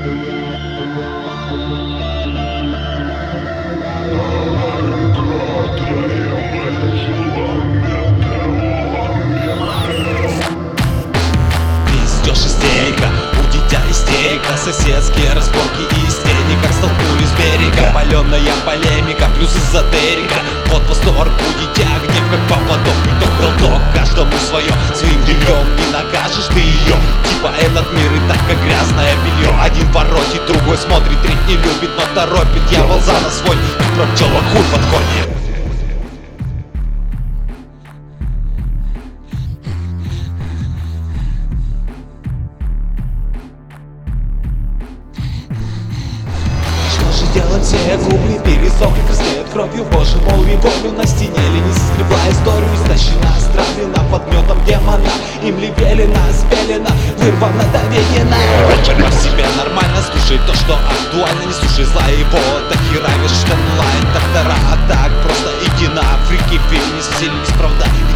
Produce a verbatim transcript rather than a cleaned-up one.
Пиздёж истерика, у дитя истерика, соседские разборки и истерика, как столкнулись с берега. Палёная полемика плюс эзотерика, вот восторг у дитя, гнев как поводок. Итог был ток, каждому свое, своим бельем не накажешь ты ее. Типа этот мир и так как грязное белье. Один воротит, другой смотрит, третий не любит, но торопит. Дьявол за нас свой, про пчела хуй подходит. Делать все губы пересохли, краснеют кровью. Боже мол, волю на стене лени соскребла историю, истощена, стравлена подметом демона. Им ли велено, спелено, вырвано, доведено. По себе нормально, слушай то, что актуально. Не слушай зла его, так и равишь онлайн. Доктора, а так просто иди на фрики, феминист, сильность, правда